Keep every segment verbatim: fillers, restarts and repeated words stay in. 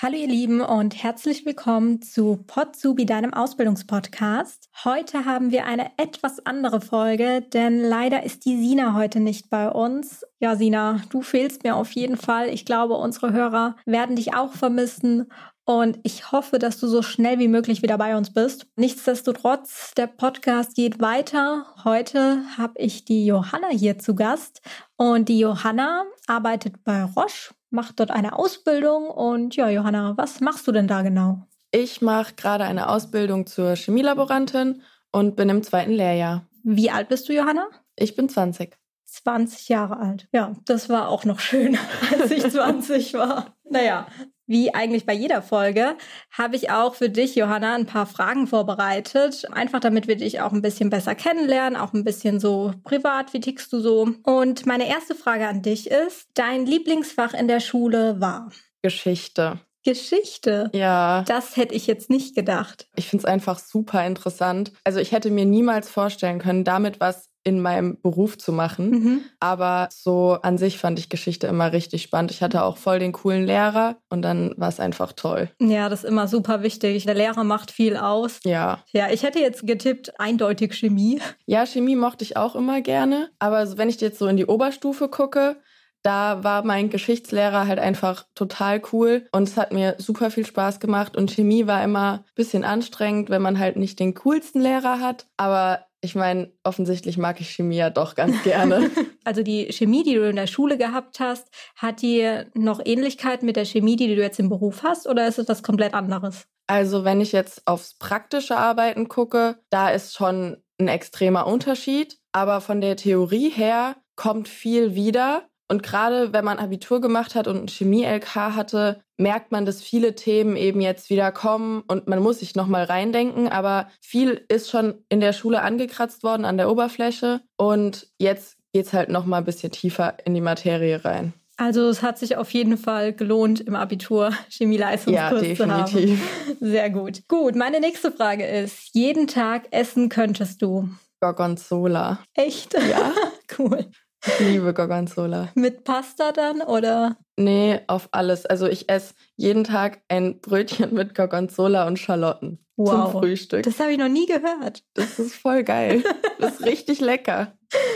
Hallo ihr Lieben und herzlich willkommen zu Podsubi, deinem Ausbildungspodcast. Heute haben wir eine etwas andere Folge, denn leider ist die Sina heute nicht bei uns. Ja, Sina, du fehlst mir auf jeden Fall. Ich glaube, unsere Hörer werden dich auch vermissen und ich hoffe, dass du so schnell wie möglich wieder bei uns bist. Nichtsdestotrotz, der Podcast geht weiter. Heute habe ich die Johanna hier zu Gast und die Johanna arbeitet bei Roche, macht dort eine Ausbildung. Und ja, Johanna, was machst du denn da genau? Ich mache gerade eine Ausbildung zur Chemielaborantin und bin im zweiten Lehrjahr. Wie alt bist du, Johanna? Ich bin zwanzig. zwanzig Jahre alt. Ja, das war auch noch schön, als ich zwanzig war. Naja, wie eigentlich bei jeder Folge habe ich auch für dich, Johanna, ein paar Fragen vorbereitet. Einfach damit wir dich auch ein bisschen besser kennenlernen, auch ein bisschen so privat, wie tickst du so? Und meine erste Frage an dich ist, dein Lieblingsfach in der Schule war? Geschichte. Geschichte? Ja. Das hätte ich jetzt nicht gedacht. Ich finde es einfach super interessant. Also ich hätte mir niemals vorstellen können, damit was in meinem Beruf zu machen. Mhm. Aber so an sich fand ich Geschichte immer richtig spannend. Ich hatte auch voll den coolen Lehrer und dann war es einfach toll. Ja, das ist immer super wichtig. Der Lehrer macht viel aus. Ja. Ja, ich hätte jetzt getippt, eindeutig Chemie. Ja, Chemie mochte ich auch immer gerne. Aber wenn ich jetzt so in die Oberstufe gucke, da war mein Geschichtslehrer halt einfach total cool und es hat mir super viel Spaß gemacht. Und Chemie war immer ein bisschen anstrengend, wenn man halt nicht den coolsten Lehrer hat. Aber ich meine, offensichtlich mag ich Chemie ja doch ganz gerne. Also die Chemie, die du in der Schule gehabt hast, hat die noch Ähnlichkeit mit der Chemie, die du jetzt im Beruf hast, oder ist es was komplett anderes? Also wenn ich jetzt aufs praktische Arbeiten gucke, da ist schon ein extremer Unterschied. Aber von der Theorie her kommt viel wieder. Und gerade wenn man Abitur gemacht hat und ein Chemie-L K hatte, merkt man, dass viele Themen eben jetzt wieder kommen und man muss sich nochmal reindenken. Aber viel ist schon in der Schule angekratzt worden an der Oberfläche und jetzt geht's halt nochmal ein bisschen tiefer in die Materie rein. Also es hat sich auf jeden Fall gelohnt, im Abitur Chemieleistungskurs ja, zu haben. definitiv. Sehr gut. Gut, meine nächste Frage ist, jeden Tag essen könntest du? Gorgonzola. Echt? Ja. Cool. Ich liebe Gorgonzola. Mit Pasta dann, oder? Nee, auf alles. Also ich esse jeden Tag ein Brötchen mit Gorgonzola und Schalotten wow. zum Frühstück. Das habe ich noch nie gehört. Das ist voll geil. Das ist richtig lecker.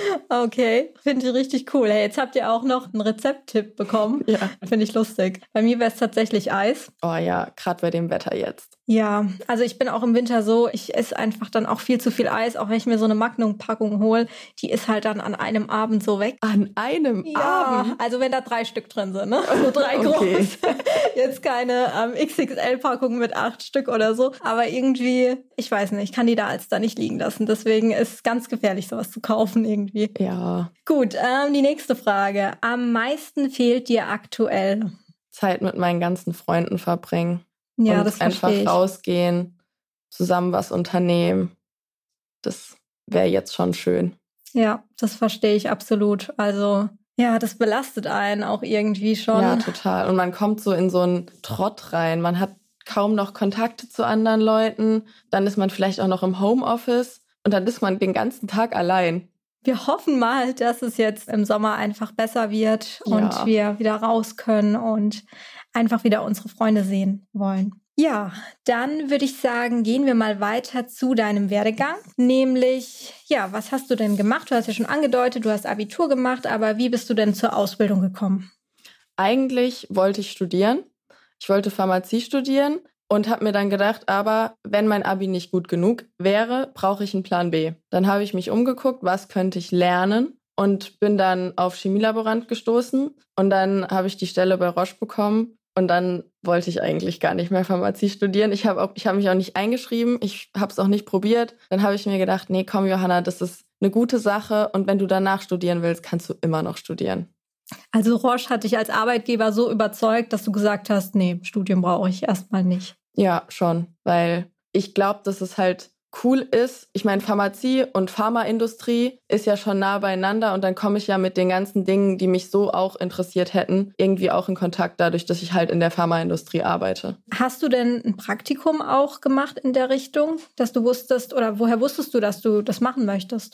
Okay, finde ich richtig cool. Hey, jetzt habt ihr auch noch einen Rezepttipp bekommen. Ja. Finde ich lustig. Bei mir wäre es tatsächlich Eis. Oh ja, gerade bei dem Wetter jetzt. Ja, also ich bin auch im Winter so, ich esse einfach dann auch viel zu viel Eis, auch wenn ich mir so eine Magnum-Packung hole, die ist halt dann an einem Abend so weg. An einem ja, Abend? Also wenn da drei Stück drin sind, ne? So drei okay. groß. Jetzt keine ähm, X X L-Packung mit acht Stück oder so. Aber irgendwie, ich weiß nicht, ich kann die da als da nicht liegen lassen. Deswegen ist es ganz gefährlich, sowas zu kaufen irgendwie. Ja. Gut, ähm, die nächste Frage. Am meisten fehlt dir aktuell? Zeit mit meinen ganzen Freunden verbringen. Ja, und das einfach verstehe ich. rausgehen, zusammen was unternehmen. Das wäre jetzt schon schön. Ja, das verstehe ich absolut. Also ja, das belastet einen auch irgendwie schon. Ja, total. Und man kommt so in so einen Trott rein. Man hat kaum noch Kontakte zu anderen Leuten. Dann ist man vielleicht auch noch im Homeoffice und dann ist man den ganzen Tag allein. Wir hoffen mal, dass es jetzt im Sommer einfach besser wird ja. und wir wieder raus können und einfach wieder unsere Freunde sehen wollen. Ja, dann würde ich sagen, gehen wir mal weiter zu deinem Werdegang. Nämlich, ja, was hast du denn gemacht? Du hast ja schon angedeutet, du hast Abitur gemacht, aber wie bist du denn zur Ausbildung gekommen? Eigentlich wollte ich studieren. Ich wollte Pharmazie studieren und habe mir dann gedacht, aber wenn mein Abi nicht gut genug wäre, brauche ich einen Plan B. Dann habe ich mich umgeguckt, was könnte ich lernen und bin dann auf Chemielaborant gestoßen und dann habe ich die Stelle bei Roche bekommen. Und dann wollte ich eigentlich gar nicht mehr Pharmazie studieren. Ich habe ich hab mich auch nicht eingeschrieben. Ich habe es auch nicht probiert. Dann habe ich mir gedacht, nee, komm Johanna, das ist eine gute Sache. Und wenn du danach studieren willst, kannst du immer noch studieren. Also Roche hat dich als Arbeitgeber so überzeugt, dass du gesagt hast, nee, Studium brauche ich erstmal nicht. Ja, schon. Weil ich glaube, dass es halt cool ist. Ich meine, Pharmazie und Pharmaindustrie ist ja schon nah beieinander und dann komme ich ja mit den ganzen Dingen, die mich so auch interessiert hätten, irgendwie auch in Kontakt, dadurch, dass ich halt in der Pharmaindustrie arbeite. Hast du denn ein Praktikum auch gemacht in der Richtung, dass du wusstest oder woher wusstest du, dass du das machen möchtest?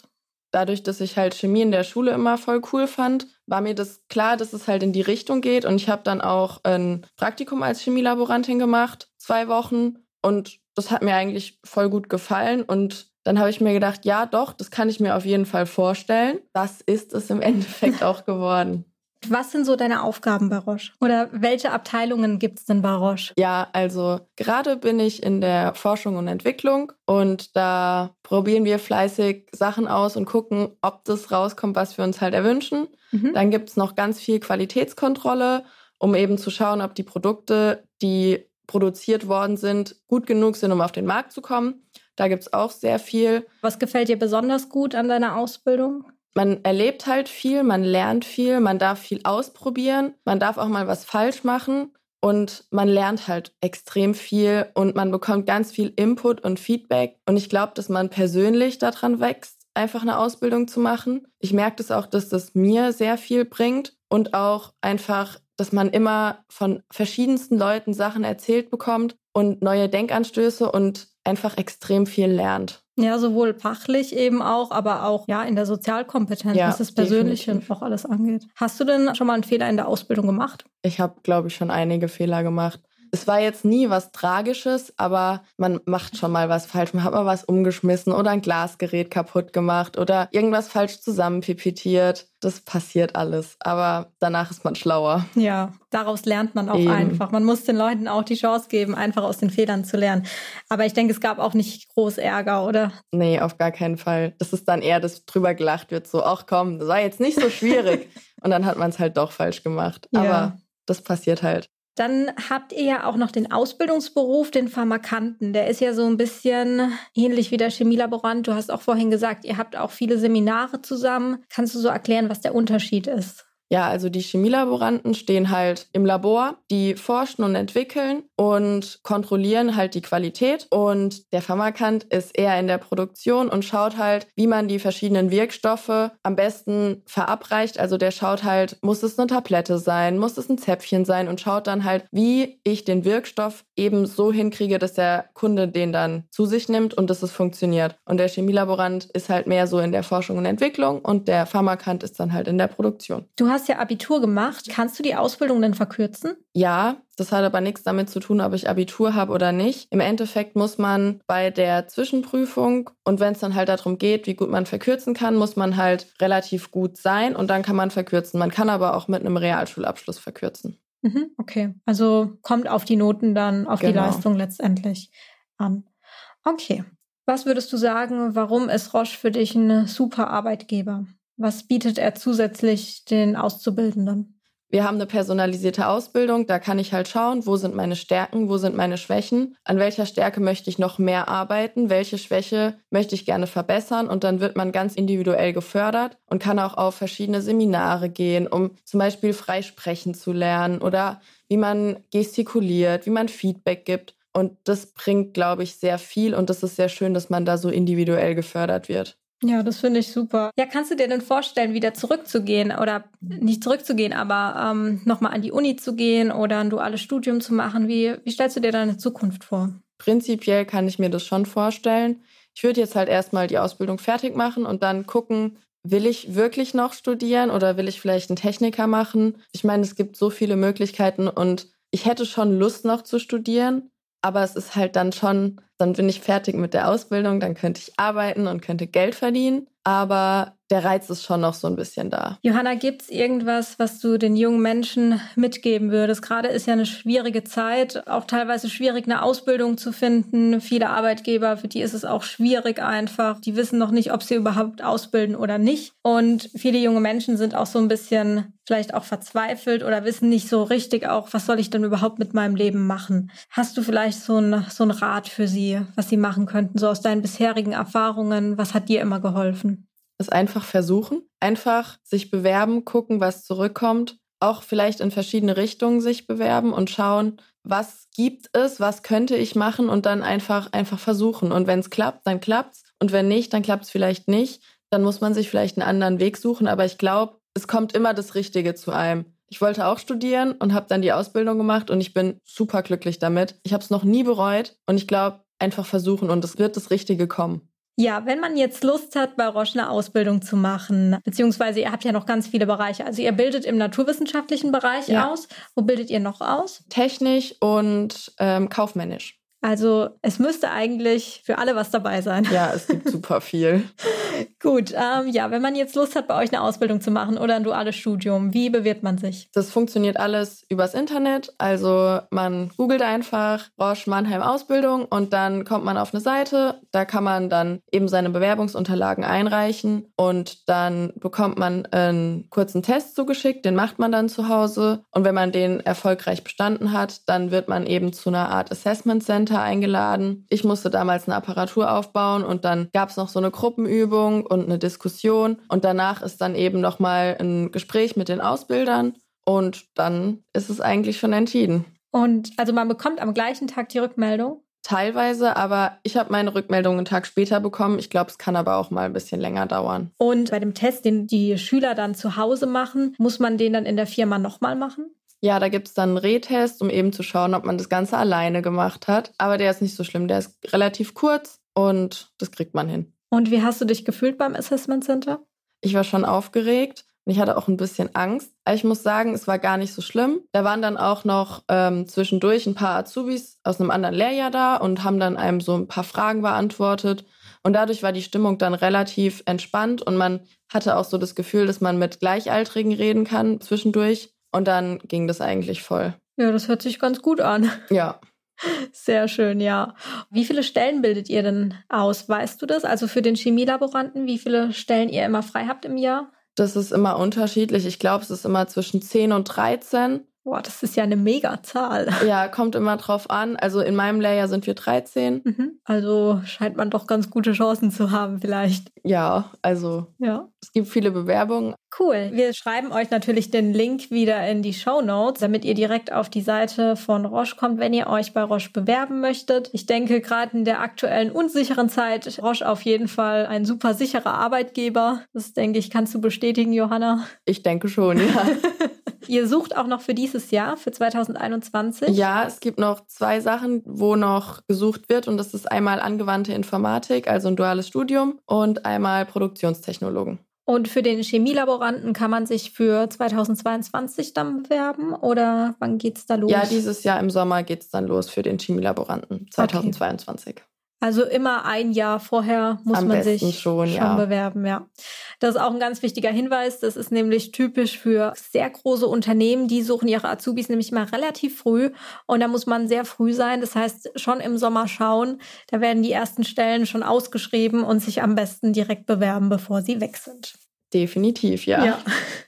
dadurch, dass ich halt Chemie in der Schule immer voll cool fand, war mir das klar, dass es halt in die Richtung geht. Und ich habe dann auch ein Praktikum als Chemielaborantin gemacht, zwei Wochen. Und das hat mir eigentlich voll gut gefallen. Und dann habe ich mir gedacht, ja doch, das kann ich mir auf jeden Fall vorstellen. Das ist es im Endeffekt auch geworden. Was sind so deine Aufgaben bei Roche? Oder welche Abteilungen gibt es denn bei Roche? Ja, also gerade bin ich in der Forschung und Entwicklung und da probieren wir fleißig Sachen aus und gucken, ob das rauskommt, was wir uns halt erwünschen. Mhm. Dann gibt es noch ganz viel Qualitätskontrolle, um eben zu schauen, ob die Produkte, die produziert worden sind, gut genug sind, um auf den Markt zu kommen. Da gibt es auch sehr viel. Was gefällt dir besonders gut an deiner Ausbildung? Man erlebt halt viel, man lernt viel, man darf viel ausprobieren, man darf auch mal was falsch machen und man lernt halt extrem viel und man bekommt ganz viel Input und Feedback. Und ich glaube, dass man persönlich daran wächst, einfach eine Ausbildung zu machen. Ich merke das auch, dass das mir sehr viel bringt und auch einfach, dass man immer von verschiedensten Leuten Sachen erzählt bekommt und neue Denkanstöße und einfach extrem viel lernt. Ja, sowohl fachlich eben auch, aber auch ja in der Sozialkompetenz, ja, was das Persönliche und auch alles angeht. Hast du denn schon mal einen Fehler in der Ausbildung gemacht? Ich habe, glaube ich, schon einige Fehler gemacht. Es war jetzt nie was Tragisches, aber man macht schon mal was falsch. Man hat mal was umgeschmissen oder ein Glasgerät kaputt gemacht oder irgendwas falsch zusammenpipettiert. Das passiert alles, aber danach ist man schlauer. Ja, daraus lernt man auch Eben. einfach. Man muss den Leuten auch die Chance geben, einfach aus den Fehlern zu lernen. Aber ich denke, es gab auch nicht groß Ärger, oder? Nee, auf gar keinen Fall. Das ist dann eher, dass drüber gelacht wird, so, ach komm, das war jetzt nicht so schwierig. Und dann hat man es halt doch falsch gemacht. Ja. Aber das passiert halt. Dann habt ihr ja auch noch den Ausbildungsberuf, den Pharmakanten. Der ist ja so ein bisschen ähnlich wie der Chemielaborant. Du hast auch vorhin gesagt, ihr habt auch viele Seminare zusammen. Kannst du so erklären, was der Unterschied ist? Ja, also die Chemielaboranten stehen halt im Labor, die forschen und entwickeln und kontrollieren halt die Qualität. Und der Pharmakant ist eher in der Produktion und schaut halt, wie man die verschiedenen Wirkstoffe am besten verabreicht. Also der schaut halt, muss es eine Tablette sein, muss es ein Zäpfchen sein und schaut dann halt, wie ich den Wirkstoff eben so hinkriege, dass der Kunde den dann zu sich nimmt und dass es funktioniert. Und der Chemielaborant ist halt mehr so in der Forschung und Entwicklung und der Pharmakant ist dann halt in der Produktion. Du hast ja Abitur gemacht. Kannst du die Ausbildung denn verkürzen? Ja, das hat aber nichts damit zu tun, ob ich Abitur habe oder nicht. Im Endeffekt muss man bei der Zwischenprüfung und wenn es dann halt darum geht, wie gut man verkürzen kann, muss man halt relativ gut sein und dann kann man verkürzen. Man kann aber auch mit einem Realschulabschluss verkürzen. Mhm, okay, also kommt auf die Noten dann, auf Genau. die Leistung letztendlich an. Okay, was würdest du sagen, warum ist Roche für dich ein super Arbeitgeber? Was bietet er zusätzlich den Auszubildenden? Wir haben eine personalisierte Ausbildung, da kann ich halt schauen, wo sind meine Stärken, wo sind meine Schwächen, an welcher Stärke möchte ich noch mehr arbeiten, welche Schwäche möchte ich gerne verbessern und dann wird man ganz individuell gefördert und kann auch auf verschiedene Seminare gehen, um zum Beispiel frei sprechen zu lernen oder wie man gestikuliert, wie man Feedback gibt und das bringt, glaube ich, sehr viel und das ist sehr schön, dass man da so individuell gefördert wird. Ja, das finde ich super. Ja, kannst du dir denn vorstellen, wieder zurückzugehen oder nicht zurückzugehen, aber ähm, nochmal an die Uni zu gehen oder ein duales Studium zu machen? Wie, wie stellst du dir deine Zukunft vor? Prinzipiell kann ich mir das schon vorstellen. Ich würde jetzt halt erstmal die Ausbildung fertig machen und dann gucken, will ich wirklich noch studieren oder will ich vielleicht einen Techniker machen? Ich meine, es gibt so viele Möglichkeiten und ich hätte schon Lust noch zu studieren. Aber es ist halt dann schon, dann bin ich fertig mit der Ausbildung, dann könnte ich arbeiten und könnte Geld verdienen. Aber der Reiz ist schon noch so ein bisschen da. Johanna, gibt es irgendwas, was du den jungen Menschen mitgeben würdest? Gerade ist ja eine schwierige Zeit, auch teilweise schwierig, eine Ausbildung zu finden. Viele Arbeitgeber, für die ist es auch schwierig einfach. Die wissen noch nicht, ob sie überhaupt ausbilden oder nicht. Und viele junge Menschen sind auch so ein bisschen vielleicht auch verzweifelt oder wissen nicht so richtig auch, was soll ich denn überhaupt mit meinem Leben machen? Hast du vielleicht so ein, so ein Rat für sie, was sie machen könnten, so aus deinen bisherigen Erfahrungen? Was hat dir immer geholfen? Es einfach versuchen, einfach sich bewerben, gucken, was zurückkommt, auch vielleicht in verschiedene Richtungen sich bewerben und schauen, was gibt es, was könnte ich machen und dann einfach einfach versuchen. Und wenn es klappt, dann klappt's und wenn nicht, dann klappt's vielleicht nicht. Dann muss man sich vielleicht einen anderen Weg suchen, aber ich glaube, es kommt immer das Richtige zu einem. Ich wollte auch studieren und habe dann die Ausbildung gemacht und ich bin super glücklich damit. Ich habe es noch nie bereut und ich glaube, einfach versuchen und es wird das Richtige kommen. Ja, wenn man jetzt Lust hat, bei Roche eine Ausbildung zu machen, beziehungsweise ihr habt ja noch ganz viele Bereiche. Also ihr bildet im naturwissenschaftlichen Bereich ja. aus. Wo bildet ihr noch aus? Technisch und ähm, kaufmännisch. Also es müsste eigentlich für alle was dabei sein. Ja, es gibt super viel. Gut, ähm, ja, wenn man jetzt Lust hat, bei euch eine Ausbildung zu machen oder ein duales Studium, wie bewirbt man sich? Das funktioniert alles übers Internet. Also man googelt einfach Roche Mannheim Ausbildung und dann kommt man auf eine Seite. Da kann man dann eben seine Bewerbungsunterlagen einreichen und dann bekommt man einen kurzen Test zugeschickt. Den macht man dann zu Hause und wenn man den erfolgreich bestanden hat, dann wird man eben zu einer Art Assessment Center eingeladen. Ich musste damals eine Apparatur aufbauen und dann gab es noch so eine Gruppenübung und eine Diskussion und danach ist dann eben nochmal ein Gespräch mit den Ausbildern und dann ist es eigentlich schon entschieden. Und also man bekommt am gleichen Tag die Rückmeldung? Teilweise, aber ich habe meine Rückmeldung einen Tag später bekommen. Ich glaube, es kann aber auch mal ein bisschen länger dauern. Und bei dem Test, den die Schüler dann zu Hause machen, muss man den dann in der Firma nochmal machen? Ja, da gibt es dann einen Rehtest, um eben zu schauen, ob man das Ganze alleine gemacht hat. Aber der ist nicht so schlimm, der ist relativ kurz und das kriegt man hin. Und wie hast du dich gefühlt beim Assessment Center? Ich war schon aufgeregt und ich hatte auch ein bisschen Angst. Aber ich muss sagen, es war gar nicht so schlimm. Da waren dann auch noch ähm, zwischendurch ein paar Azubis aus einem anderen Lehrjahr da und haben dann einem so ein paar Fragen beantwortet. Und dadurch war die Stimmung dann relativ entspannt und man hatte auch so das Gefühl, dass man mit Gleichaltrigen reden kann zwischendurch. Und dann ging das eigentlich voll. Ja, das hört sich ganz gut an. Ja. Sehr schön, ja. Wie viele Stellen bildet ihr denn aus? Weißt du das? Also für den Chemielaboranten, wie viele Stellen ihr immer frei habt im Jahr? Das ist immer unterschiedlich. Ich glaube, es ist immer zwischen zehn und dreizehn. Boah, das ist ja eine Megazahl. Ja, kommt immer drauf an. Also in meinem Lehrjahr sind wir dreizehn. Mhm. Also scheint man doch ganz gute Chancen zu haben vielleicht. Ja, also ja. Es gibt viele Bewerbungen. Cool. Wir schreiben euch natürlich den Link wieder in die Shownotes, damit ihr direkt auf die Seite von Roche kommt, wenn ihr euch bei Roche bewerben möchtet. Ich denke, gerade in der aktuellen unsicheren Zeit, Roche auf jeden Fall ein super sicherer Arbeitgeber. Das denke ich, kannst du bestätigen, Johanna? Ich denke schon, ja. Ihr sucht auch noch für dieses Jahr, für zwanzig einundzwanzig? Ja, es gibt noch zwei Sachen, wo noch gesucht wird. Und das ist einmal angewandte Informatik, also ein duales Studium, und einmal Produktionstechnologen. Und für den Chemielaboranten kann man sich für zwanzig zweiundzwanzig dann bewerben? Oder wann geht's da los? Ja, dieses Jahr im Sommer geht's dann los für den Chemielaboranten zwanzig zweiundzwanzig. Okay. Also immer ein Jahr vorher muss Am man sich schon, schon ja. bewerben, ja. Das ist auch ein ganz wichtiger Hinweis. Das ist nämlich typisch für sehr große Unternehmen. Die suchen ihre Azubis nämlich mal relativ früh. Und da muss man sehr früh sein. Das heißt, schon im Sommer schauen. Da werden die ersten Stellen schon ausgeschrieben und sich am besten direkt bewerben, bevor sie weg sind. Definitiv, ja. Ja.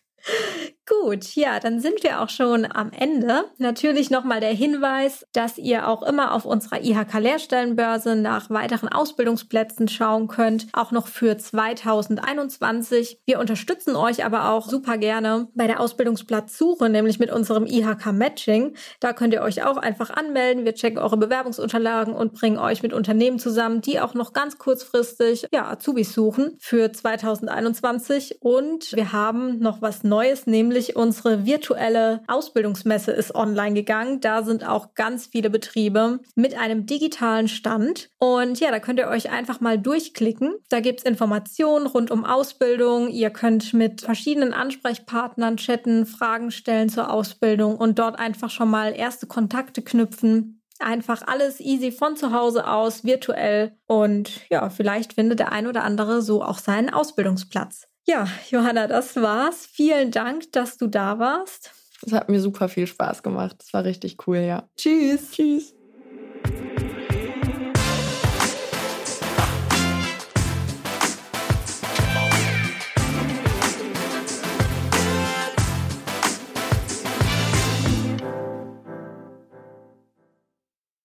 Gut, ja, dann sind wir auch schon am Ende. Natürlich nochmal der Hinweis, dass ihr auch immer auf unserer I H K-Lehrstellenbörse nach weiteren Ausbildungsplätzen schauen könnt, auch noch für zwanzig einundzwanzig. Wir unterstützen euch aber auch super gerne bei der Ausbildungsplatzsuche, nämlich mit unserem I H K-Matching. Da könnt ihr euch auch einfach anmelden. Wir checken eure Bewerbungsunterlagen und bringen euch mit Unternehmen zusammen, die auch noch ganz kurzfristig ja, Azubis suchen für zwanzig einundzwanzig. Und wir haben noch was Neues, nämlich unsere virtuelle Ausbildungsmesse ist online gegangen. Da sind auch ganz viele Betriebe mit einem digitalen Stand. Und ja, da könnt ihr euch einfach mal durchklicken. Da gibt es Informationen rund um Ausbildung. Ihr könnt mit verschiedenen Ansprechpartnern chatten, Fragen stellen zur Ausbildung und dort einfach schon mal erste Kontakte knüpfen. Einfach alles easy von zu Hause aus, virtuell. Und ja, vielleicht findet der ein oder andere so auch seinen Ausbildungsplatz. Ja, Johanna, das war's. Vielen Dank, dass du da warst. Es hat mir super viel Spaß gemacht. Es war richtig cool, ja. Tschüss. Tschüss.